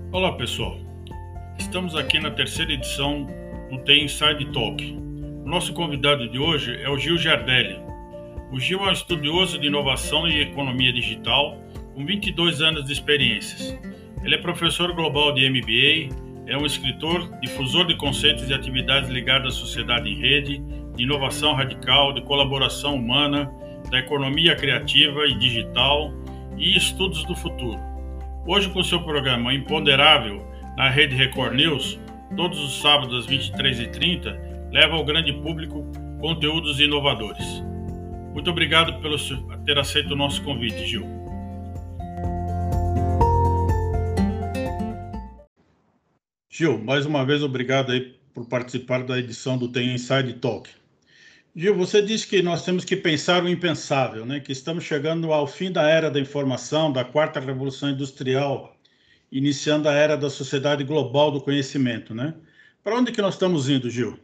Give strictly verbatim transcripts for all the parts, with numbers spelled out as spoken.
Olá pessoal, estamos aqui na terceira edição do T Inside Talk. O nosso convidado de hoje é o Gil Giardelli. O Gil é um estudioso de inovação e economia digital com vinte e dois anos de experiências. Ele é professor global de M B A, é um escritor, difusor de conceitos e atividades ligadas à sociedade em rede, de inovação radical, de colaboração humana, da economia criativa e digital e estudos do futuro. Hoje, com seu programa Imponderável, na Rede Record News, todos os sábados às vinte e três e trinta, leva ao grande público conteúdos inovadores. Muito obrigado por ter aceito o nosso convite, Gil. Gil, mais uma vez, obrigado aí por participar da edição do T Inside Talk. Gil, você disse que nós temos que pensar o impensável, né? Que estamos chegando ao fim da era da informação, da quarta revolução industrial, iniciando a era da sociedade global do conhecimento, né? Para onde que nós estamos indo, Gil?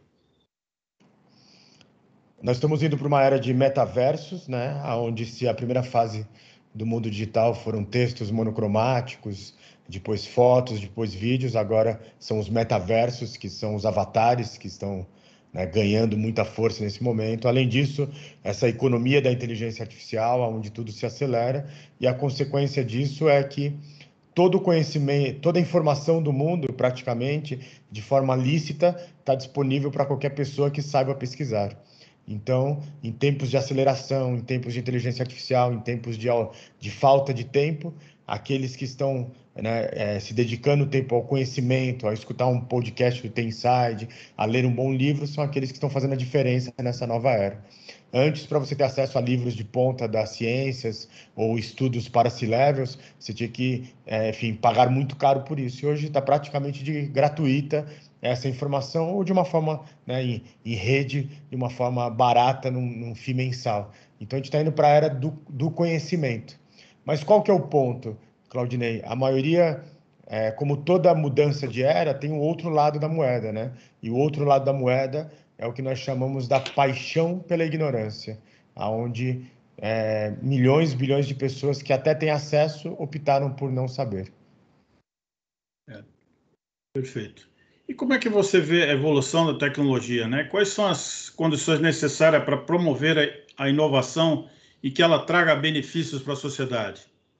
Nós estamos indo para uma era de metaversos, né? Onde se a primeira fase do mundo digital foram textos monocromáticos, depois fotos, depois vídeos, agora são os metaversos, que são os avatares que estão, né, ganhando muita força nesse momento. Além disso, essa economia da inteligência artificial, onde tudo se acelera, e a consequência disso é que todo o conhecimento, toda a informação do mundo, praticamente, de forma lícita, está disponível para qualquer pessoa que saiba pesquisar. Então, em tempos de aceleração, em tempos de inteligência artificial, em tempos de, de falta de tempo, aqueles que estão, né, é, se dedicando tempo ao conhecimento, a escutar um podcast do T Inside, a ler um bom livro, são aqueles que estão fazendo a diferença nessa nova era. Antes, para você ter acesso a livros de ponta das ciências ou estudos para C-levels, você tinha que, é, enfim, pagar muito caro por isso. E hoje está praticamente de gratuita essa informação, ou de uma forma, né, em, em rede, de uma forma barata, num, num F I I mensal. Então, a gente está indo para a era do, do conhecimento. Mas qual que é o ponto, Claudinei? A maioria, é, como toda mudança de era, tem o outro lado da moeda, né? E o outro lado da moeda é o que nós chamamos da paixão pela ignorância, onde é, milhões, bilhões de pessoas que até têm acesso optaram por não saber. É, perfeito. E como é que você vê a evolução da tecnologia, né? Quais são as condições necessárias para promover a inovação e que ela traga benefícios para a sociedade?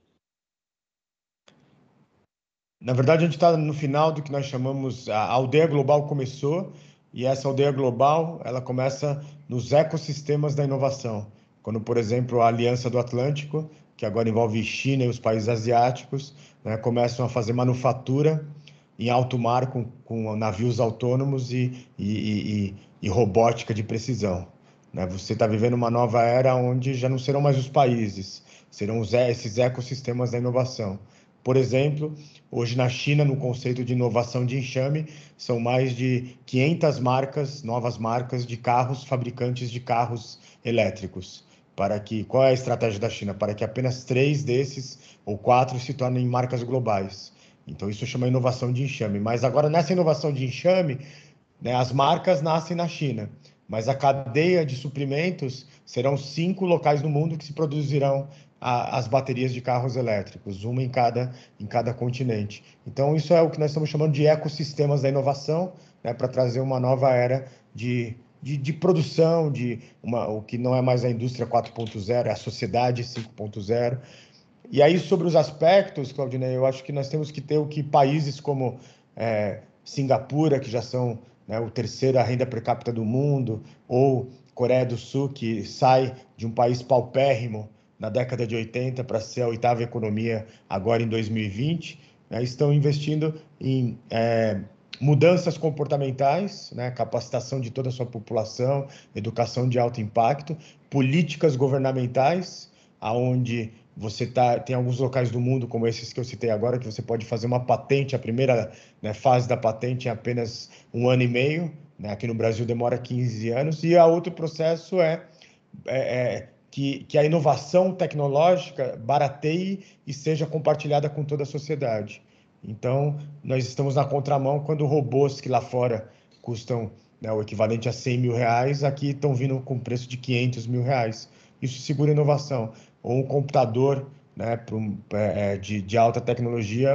Na verdade, a gente está no final do que nós chamamos, a aldeia global começou, e essa aldeia global, ela começa nos ecossistemas da inovação. Quando, por exemplo, a Aliança do Atlântico, que agora envolve China e os países asiáticos, né, começam a fazer manufatura em alto mar com, com navios autônomos e, e, e, e robótica de precisão. Né? Você está vivendo uma nova era onde já não serão mais os países, serão os, esses ecossistemas da inovação. Por exemplo, hoje na China, no conceito de inovação de enxame, são mais de quinhentas marcas, novas marcas de carros, fabricantes de carros elétricos. Para que, qual é a estratégia da China? Para que apenas três desses ou quatro se tornem marcas globais. Então, isso chama inovação de enxame. Mas agora, nessa inovação de enxame, né, as marcas nascem na China, mas a cadeia de suprimentos serão cinco locais no mundo que se produzirão a, as baterias de carros elétricos, uma em cada, em cada continente. Então, isso é o que nós estamos chamando de ecossistemas da inovação, né, para trazer uma nova era de, de, de produção, de uma, o que não é mais a indústria quatro ponto zero, é a sociedade cinco ponto zero. E aí, sobre os aspectos, Claudinei, eu acho que nós temos que ter o que países como é, Singapura, que já são, né, o terceira renda per capita do mundo, ou Coreia do Sul, que sai de um país paupérrimo na década de oitenta para ser a oitava economia agora em dois mil e vinte, né, estão investindo em é, mudanças comportamentais, né, capacitação de toda a sua população, educação de alto impacto, políticas governamentais, aonde você tá, tem alguns locais do mundo, como esses que eu citei agora, que você pode fazer uma patente, a primeira, né, fase da patente em apenas um ano e meio, né? Aqui no Brasil demora quinze anos, e a outro processo é, é, é que, que a inovação tecnológica barateie e seja compartilhada com toda a sociedade. Então, nós estamos na contramão quando robôs que lá fora custam, né, o equivalente a cem mil reais, aqui estão vindo com preço de quinhentos mil reais. Isso segura inovação. Ou um computador, né, um, é, de, de alta tecnologia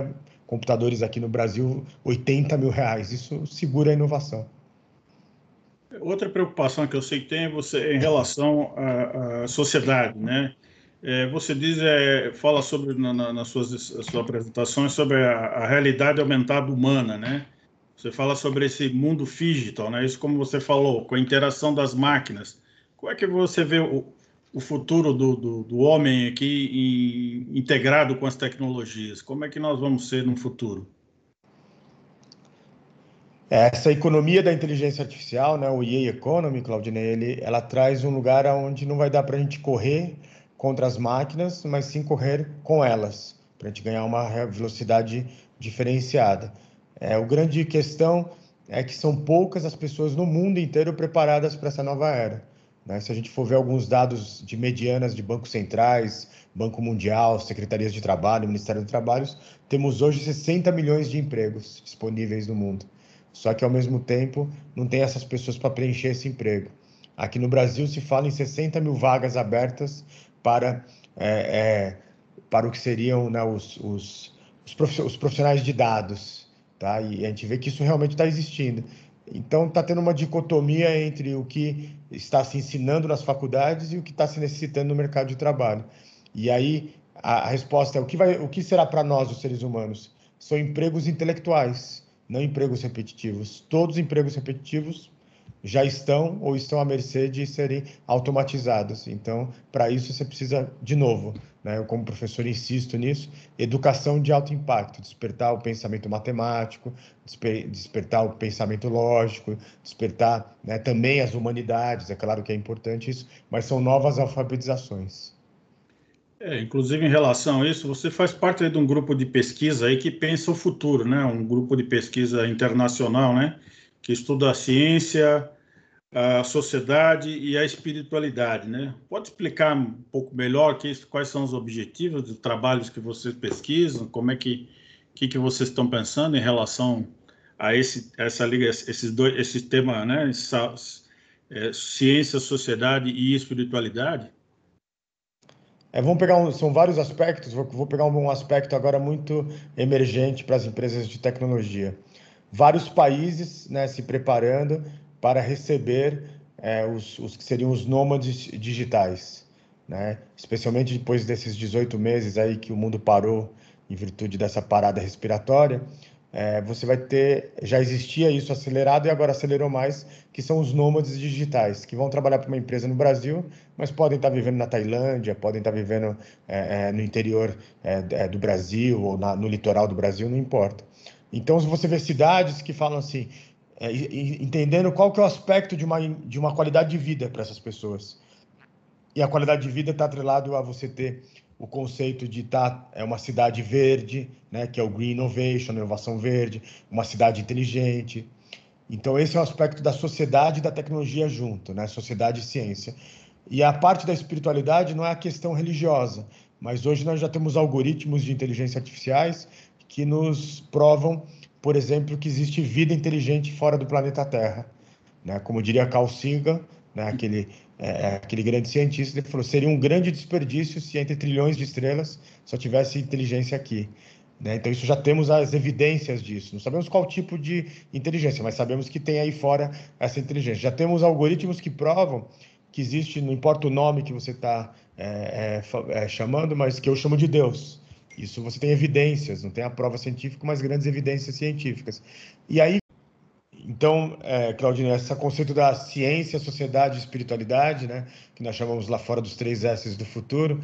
computadores aqui no Brasil, oitenta mil reais. Isso segura a inovação. Outra preocupação que eu sei que tem é você em relação à, à sociedade, né? É, você diz, é, fala sobre na, na, nas suas, suas apresentações sobre a, a realidade aumentada humana, né? Você fala sobre esse mundo digital, né? Isso como você falou, com a interação das máquinas. Como é que você vê o, o futuro do, do, do homem aqui em, integrado com as tecnologias? Como é que nós vamos ser no futuro? Essa economia da inteligência artificial, né, o E A Economy, Claudinei, ele, ela traz um lugar onde não vai dar para a gente correr contra as máquinas, mas sim correr com elas, para a gente ganhar uma velocidade diferenciada. É, o grande questão é que são poucas as pessoas no mundo inteiro preparadas para essa nova era. Né? Se a gente for ver alguns dados de medianas de bancos centrais, Banco Mundial, Secretarias de Trabalho, Ministério do Trabalho, temos hoje sessenta milhões de empregos disponíveis no mundo. Só que, ao mesmo tempo, não tem essas pessoas para preencher esse emprego. Aqui no Brasil se fala em sessenta mil vagas abertas para, é, é, para o que seriam, né, os, os, os profissionais de dados. Tá? E a gente vê que isso realmente está existindo. Então, está tendo uma dicotomia entre o que está se ensinando nas faculdades e o que está se necessitando no mercado de trabalho. E aí, a, a resposta é: o que, vai, o que será para nós, os seres humanos? São empregos intelectuais, não empregos repetitivos. Todos os empregos repetitivos já estão ou estão à mercê de serem automatizados. Então, para isso, você precisa, de novo, né, eu como professor insisto nisso, educação de alto impacto, despertar o pensamento matemático, desper, despertar o pensamento lógico, despertar, né, também as humanidades, é claro que é importante isso, mas são novas alfabetizações. É, inclusive, em relação a isso, você faz parte aí de um grupo de pesquisa aí que pensa o futuro, né? Um grupo de pesquisa internacional, né? Que estuda a ciência, a sociedade e a espiritualidade, né? Pode explicar um pouco melhor que, quais são os objetivos dos trabalhos que vocês pesquisam, como é que, que, que vocês estão pensando em relação a esse, essa liga, esses dois, esses temas, né? Essa, é, ciência, sociedade e espiritualidade? É, vamos pegar um, são vários aspectos, vou, vou pegar um aspecto agora muito emergente para as empresas de tecnologia. Vários países, né, se preparando para receber é, os, os que seriam os nômades digitais, né? Especialmente depois desses dezoito meses aí que o mundo parou em virtude dessa parada respiratória. É, você vai ter, já existia isso acelerado e agora acelerou mais, que são os nômades digitais, que vão trabalhar para uma empresa no Brasil, mas podem estar vivendo na Tailândia, podem estar vivendo é, é, no interior é, do Brasil ou na, no litoral do Brasil, não importa. Então, se você vê cidades que falam assim, é, entendendo qual que é o aspecto de uma, de uma qualidade de vida para essas pessoas. E a qualidade de vida está atrelado a você ter o conceito de estar é uma cidade verde, né, que é o Green Innovation, inovação verde, uma cidade inteligente. Então, esse é o aspecto da sociedade e da tecnologia junto, né, sociedade e ciência. E a parte da espiritualidade não é a questão religiosa, mas hoje nós já temos algoritmos de inteligência artificiais que nos provam, por exemplo, que existe vida inteligente fora do planeta Terra, né? Como diria Carl Sagan, né, aquele, é, aquele grande cientista, ele falou: seria um grande desperdício se entre trilhões de estrelas só tivesse inteligência aqui. Né? Então, isso já temos as evidências disso. Não sabemos qual tipo de inteligência, mas sabemos que tem aí fora essa inteligência. Já temos algoritmos que provam que existe, não importa o nome que você está é, é, é, chamando, mas que eu chamo de Deus. Isso você tem evidências, não tem a prova científica, mas grandes evidências científicas. E aí, então, é, Claudinei, esse conceito da ciência, sociedade e espiritualidade, né, que nós chamamos lá fora dos três S's do futuro,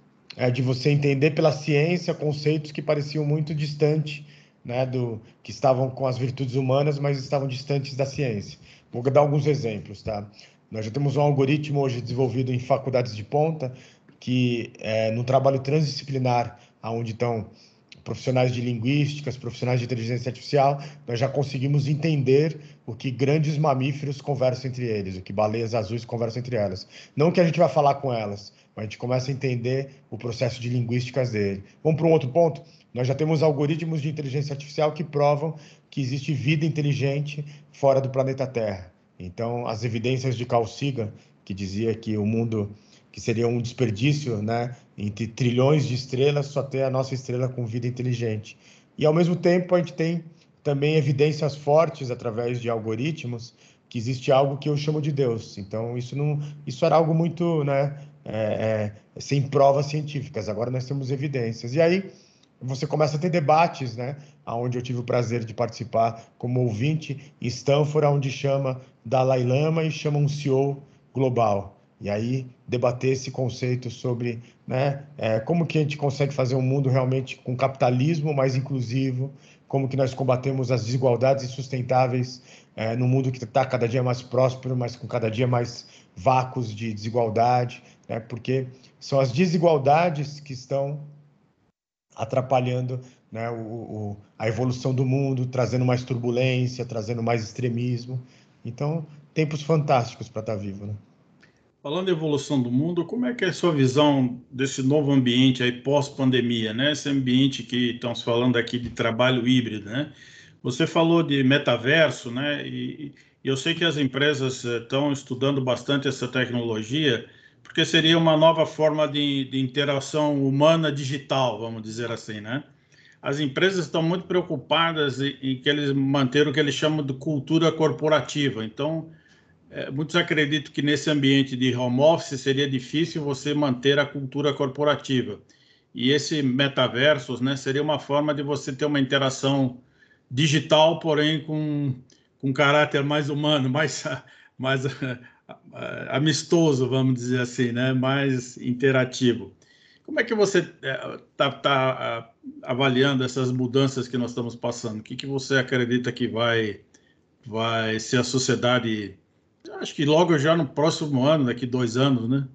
é de você entender pela ciência conceitos que pareciam muito distantes, né, do, que estavam com as virtudes humanas, mas estavam distantes da ciência. Vou dar alguns exemplos, tá? Nós já temos um algoritmo hoje desenvolvido em faculdades de ponta que, é, no trabalho transdisciplinar, onde estão profissionais de linguísticas, profissionais de inteligência artificial, nós já conseguimos entender o que grandes mamíferos conversam entre eles, o que baleias azuis conversam entre elas. Não que a gente vai falar com elas, mas a gente começa a entender o processo de linguísticas dele. Vamos para um outro ponto? Nós já temos algoritmos de inteligência artificial que provam que existe vida inteligente fora do planeta Terra. Então, as evidências de Carl Sagan, que dizia que o mundo, que seria um desperdício, né, entre trilhões de estrelas, só ter a nossa estrela com vida inteligente. E, ao mesmo tempo, a gente tem também evidências fortes, através de algoritmos, que existe algo que eu chamo de Deus. Então, isso não, isso era algo muito, né, é, é, sem provas científicas. Agora nós temos evidências. E aí você começa a ter debates, né, onde eu tive o prazer de participar como ouvinte, em Stanford, onde chama Dalai Lama e chama um C E O global. E aí debater esse conceito sobre, né, é, como que a gente consegue fazer um mundo realmente com capitalismo mais inclusivo, como que nós combatemos as desigualdades insustentáveis é, no mundo que está cada dia mais próspero, mas com cada dia mais vácuos de desigualdade, né, porque são as desigualdades que estão atrapalhando, né, o, o, a evolução do mundo, trazendo mais turbulência, trazendo mais extremismo. Então, tempos fantásticos para estar vivo, né? Falando em evolução do mundo, como é que é a sua visão desse novo ambiente aí pós-pandemia, né? Esse ambiente que estamos falando aqui de trabalho híbrido, né? Você falou de metaverso, né? E, e eu sei que as empresas eh, estão estudando bastante essa tecnologia, porque seria uma nova forma de, de interação humana digital, vamos dizer assim, né? As empresas estão muito preocupadas em, em que eles manter o que eles chamam de cultura corporativa. Então, é, muitos acreditam que nesse ambiente de home office seria difícil você manter a cultura corporativa. E esse metaversos, né, seria uma forma de você ter uma interação digital, porém com, com caráter mais humano, mais, mais amistoso, vamos dizer assim, né, mais interativo. Como é que você está tá, avaliando essas mudanças que nós estamos passando? O que, que você acredita que vai, vai ser a sociedade? Acho que logo já no próximo ano, daqui dois anos, né?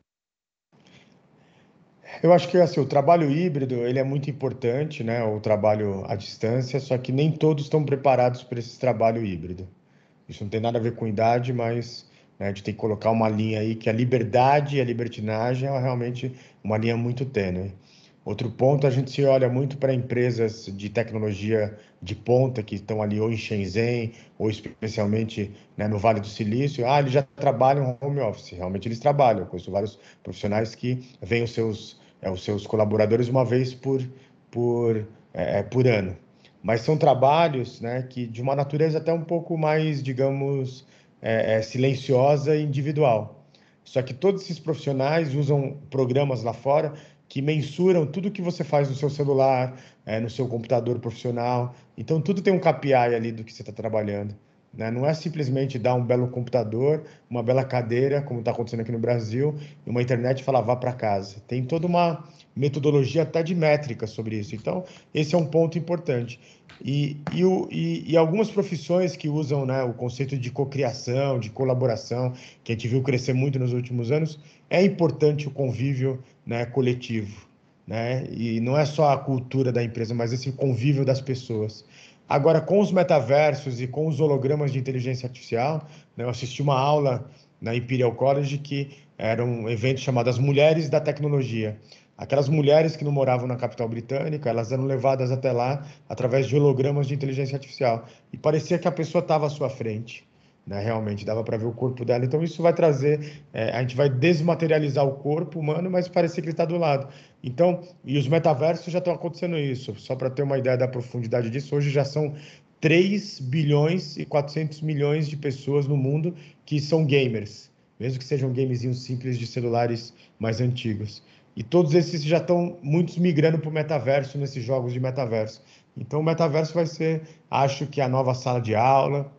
Eu acho que assim, o trabalho híbrido ele é muito importante, né? O trabalho à distância, só que nem todos estão preparados para esse trabalho híbrido. Isso não tem nada a ver com idade, mas né, a gente tem que colocar uma linha aí que a liberdade e a libertinagem é realmente uma linha muito tênue. Outro ponto, a gente se olha muito para empresas de tecnologia de ponta que estão ali ou em Shenzhen ou especialmente né, no Vale do Silício. Ah, eles já trabalham home office. Realmente eles trabalham. Eu conheço vários profissionais que veem os seus, é, os seus colaboradores uma vez por, por, é, por ano. Mas são trabalhos, né, que de uma natureza até um pouco mais, digamos, é, é, silenciosa e individual. Só que todos esses profissionais usam programas lá fora que mensuram tudo que você faz no seu celular, é, no seu computador profissional. Então, tudo tem um K P I ali do que você está trabalhando, né? Não é simplesmente dar um belo computador, uma bela cadeira, como está acontecendo aqui no Brasil, e uma internet e falar vá para casa. Tem toda uma metodologia até de métrica sobre isso. Então, esse é um ponto importante. E, e, o, e, e algumas profissões que usam né, o conceito de cocriação, de colaboração, que a gente viu crescer muito nos últimos anos, é importante o convívio né, coletivo. Né? E não é só a cultura da empresa, mas esse convívio das pessoas. Agora, com os metaversos e com os hologramas de inteligência artificial, né, eu assisti uma aula na Imperial College que era um evento chamado As Mulheres da Tecnologia. Aquelas mulheres que não moravam na capital britânica, elas eram levadas até lá através de hologramas de inteligência artificial. E parecia que a pessoa estava à sua frente, né? Realmente, dava para ver o corpo dela. Então, isso vai trazer... É, a gente vai desmaterializar o corpo humano, mas parecer que ele está do lado. Então, e os metaversos já estão acontecendo isso. Só para ter uma ideia da profundidade disso, hoje já são três bilhões e quatrocentos milhões de pessoas no mundo que são gamers, mesmo que sejam gamezinhos simples de celulares mais antigos. E todos esses já estão muitos migrando para o metaverso nesses jogos de metaverso. Então, o metaverso vai ser, acho que a nova sala de aula,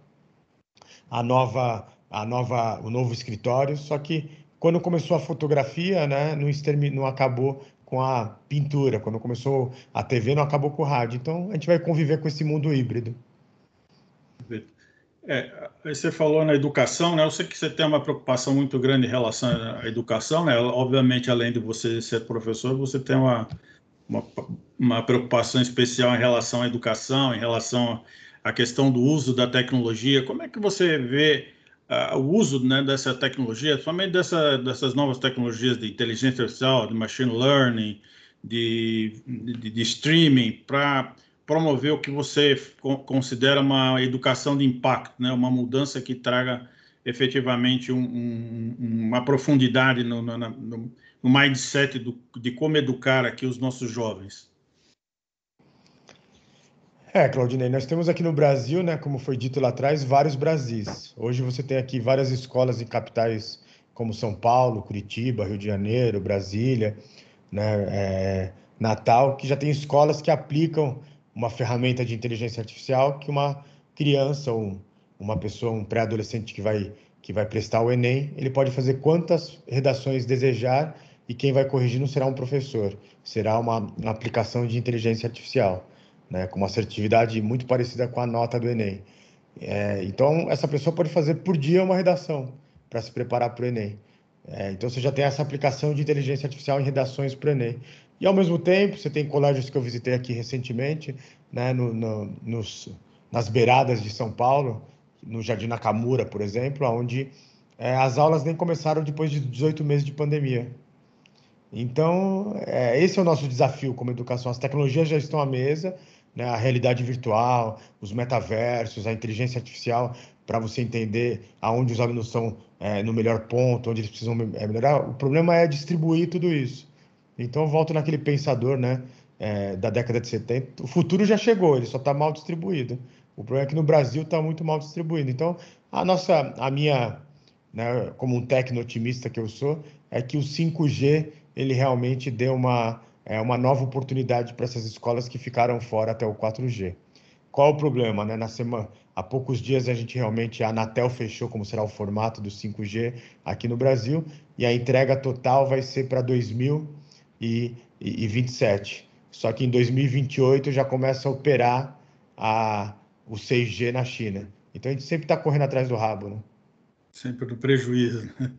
a nova, a nova, o novo escritório. Só que quando começou a fotografia, né, não, extermi- não acabou com a pintura. Quando começou a T V, não acabou com o rádio. Então, a gente vai conviver com esse mundo híbrido. É, aí você falou na educação, né? Eu sei que você tem uma preocupação muito grande em relação à educação, né? Obviamente, além de você ser professor, você tem uma, uma, uma preocupação especial em relação à educação, em relação à questão do uso da tecnologia. Como é que você vê uh, o uso, né, dessa tecnologia, somente dessa, dessas novas tecnologias de inteligência artificial, de machine learning, de, de, de streaming, para promover o que você considera uma educação de impacto, né? Uma mudança que traga efetivamente um, um, uma profundidade no, no, no, no mindset do, de como educar aqui os nossos jovens? É, Claudinei, nós temos aqui no Brasil, né, como foi dito lá atrás, vários Brasis. Hoje você tem aqui várias escolas em capitais como São Paulo, Curitiba, Rio de Janeiro, Brasília, né, é, Natal, que já tem escolas que aplicam uma ferramenta de inteligência artificial que uma criança ou uma pessoa, um pré-adolescente que vai, que vai prestar o Enem, ele pode fazer quantas redações desejar e quem vai corrigir não será um professor, será uma, uma aplicação de inteligência artificial, né, com uma assertividade muito parecida com a nota do Enem. É, então, essa pessoa pode fazer por dia uma redação para se preparar para o Enem. É, então, você já tem essa aplicação de inteligência artificial em redações para o Enem. E, ao mesmo tempo, você tem colégios que eu visitei aqui recentemente, né, no, no, nos, nas beiradas de São Paulo, no Jardim Nakamura, por exemplo, onde é, as aulas nem começaram depois de dezoito meses de pandemia. Então, é, esse é o nosso desafio como educação. As tecnologias já estão à mesa, né? A realidade virtual, os metaversos, a inteligência artificial, para você entender aonde os alunos estão é, no melhor ponto, onde eles precisam é, melhorar. O problema é distribuir tudo isso. Então, eu volto naquele pensador, né, é, da década de setenta. O futuro já chegou, ele só está mal distribuído. O problema é que no Brasil está muito mal distribuído. Então, a nossa, a minha, né, como um tecno otimista que eu sou, é que o cinco G ele realmente deu uma, é, uma nova oportunidade para essas escolas que ficaram fora até o quatro G. Qual o problema, né? Na semana, há poucos dias a gente realmente, a Anatel fechou como será o formato do cinco G aqui no Brasil e a entrega total vai ser para dois mil e vinte e sete. Só que em dois mil e vinte e oito já começa a operar a, o seis G na China. Então a gente sempre está correndo atrás do rabo, né? Sempre no prejuízo, né?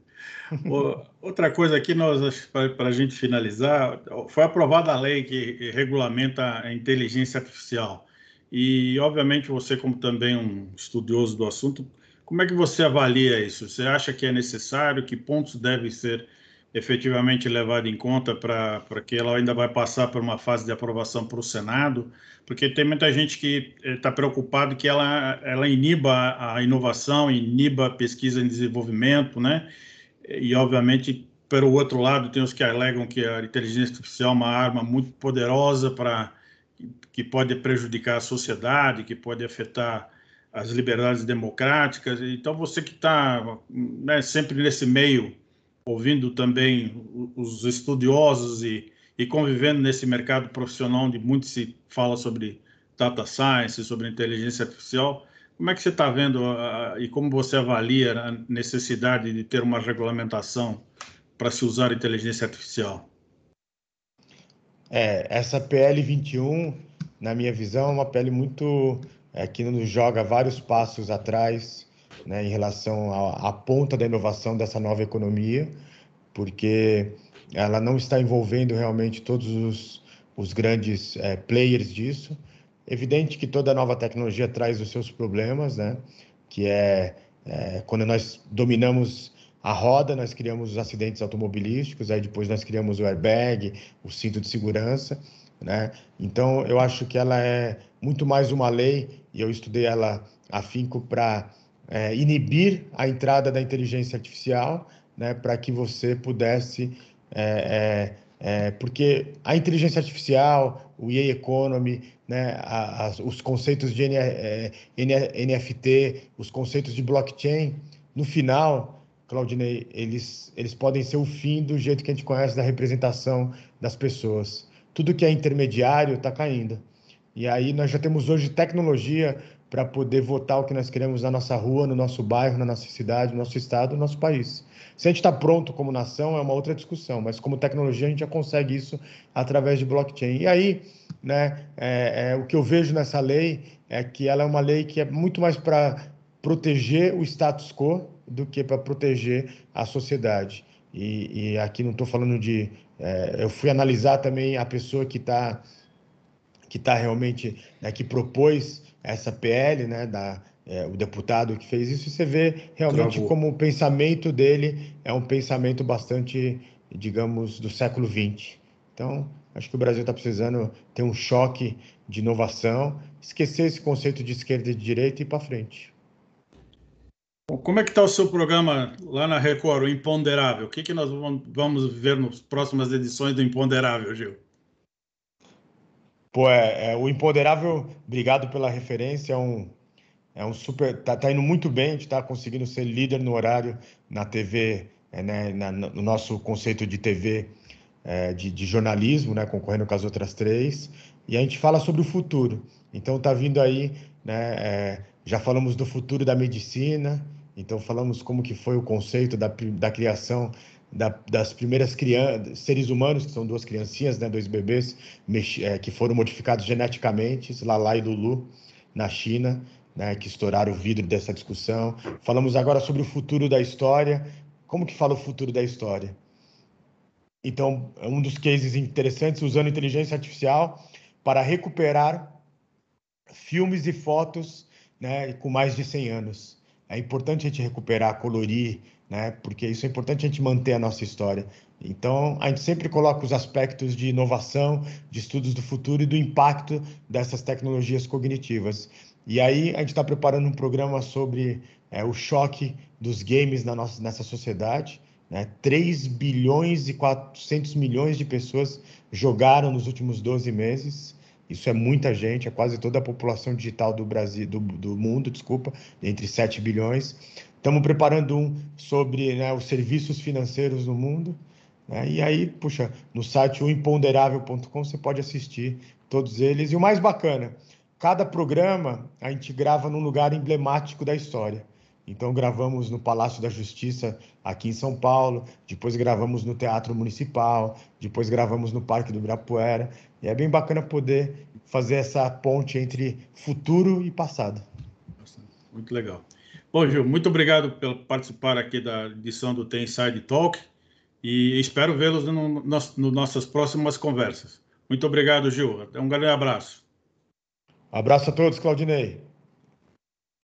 O- Outra coisa aqui, nós para a gente finalizar, foi aprovada a lei que regulamenta a inteligência artificial. E, obviamente, você, como também um estudioso do assunto, como é que você avalia isso? Você acha que é necessário? Que pontos devem ser efetivamente levados em conta para para que ela ainda vai passar por uma fase de aprovação para o Senado? Porque tem muita gente que está preocupado que ela, ela iniba a inovação, iniba a pesquisa e desenvolvimento, né? E, obviamente, pelo outro lado, tem os que alegam que a inteligência artificial é uma arma muito poderosa para que pode prejudicar a sociedade, que pode afetar as liberdades democráticas. Então, você que está, né, sempre nesse meio, ouvindo também os estudiosos e, e convivendo nesse mercado profissional onde muito se fala sobre data science, sobre inteligência artificial, como é que você está vendo uh, e como você avalia a necessidade de ter uma regulamentação para se usar inteligência artificial? É, essa P L vinte e um, na minha visão, é uma P L muito é, que nos joga vários passos atrás, né, em relação à, à ponta da inovação dessa nova economia, porque ela não está envolvendo realmente todos os, os grandes é, players disso. Evidente que toda nova tecnologia traz os seus problemas, né? Que é, é quando nós dominamos a roda, nós criamos os acidentes automobilísticos, aí depois nós criamos o airbag, o cinto de segurança, né? Então, eu acho que ela é muito mais uma lei, e eu estudei ela afinco para é, inibir a entrada da inteligência artificial, né, para que você pudesse. É, é, é, porque a inteligência artificial, o E A Economy, né, a, a, os conceitos de N, é, N F T, os conceitos de blockchain, no final, Claudinei, eles, eles podem ser o fim do jeito que a gente conhece da representação das pessoas. Tudo que é intermediário está caindo. E aí nós já temos hoje tecnologia para poder votar o que nós queremos na nossa rua, no nosso bairro, na nossa cidade, no nosso estado, no nosso país. Se a gente está pronto como nação, é uma outra discussão, mas como tecnologia a gente já consegue isso através de blockchain. E aí, né, é, é, o que eu vejo nessa lei é que ela é uma lei que é muito mais para proteger o status quo do que para proteger a sociedade. E, e aqui não estou falando de. É, eu fui analisar também a pessoa que está que está realmente, né, que propôs essa P L, né, da, é, o deputado que fez isso, e você vê realmente Travou. como o pensamento dele é um pensamento bastante, digamos, do século vinte. Então, acho que o Brasil está precisando ter um choque de inovação, esquecer esse conceito de esquerda e de direita e ir para frente. Bom, como é que está o seu programa lá na Record, o Imponderável? O que que nós vamos vamos ver nas próximas edições do Imponderável, Gil? Pô, é, é, o Imponderável, obrigado pela referência, é um, é um super, tá, tá indo muito bem, a gente tá conseguindo ser líder no horário na T V, é, né, na- no nosso conceito de T V, é, de, de jornalismo, né, concorrendo com as outras três, e a gente fala sobre o futuro. Então tá vindo aí, né, é, já falamos do futuro da medicina, então falamos como que foi o conceito da, pri- da criação da- das primeiras crianças, seres humanos, que são duas criancinhas, né, dois bebês, mex- é, que foram modificados geneticamente, Lala e Lulu, na China, né, que estouraram o vidro dessa discussão. Falamos agora sobre o futuro da história. Como que fala o futuro da história? Então, é um dos cases interessantes, usando inteligência artificial para recuperar filmes e fotos, né, com mais de cem anos. É importante a gente recuperar, colorir, né, porque isso é importante a gente manter a nossa história. Então, a gente sempre coloca os aspectos de inovação, de estudos do futuro e do impacto dessas tecnologias cognitivas. E aí, a gente está preparando um programa sobre é, o choque dos games na nossa, nessa sociedade. Né? três bilhões e quatrocentos milhões de pessoas jogaram nos últimos doze meses. Isso é muita gente, é quase toda a população digital do Brasil, do, do mundo, desculpa, entre sete bilhões. Estamos preparando um sobre, né, os serviços financeiros no mundo. Né? E aí, puxa, no site o imponderável ponto com você pode assistir todos eles. E o mais bacana, cada programa a gente grava num lugar emblemático da história. Então, gravamos no Palácio da Justiça, aqui em São Paulo, depois gravamos no Teatro Municipal, depois gravamos no Parque do Ibirapuera. E é bem bacana poder fazer essa ponte entre futuro e passado. Muito legal. Bom, Gil, muito obrigado por participar aqui da edição do Tem Inside Talk e espero vê-los no, nas no nossas próximas conversas. Muito obrigado, Gil. Um grande abraço. Abraço a todos, Claudinei.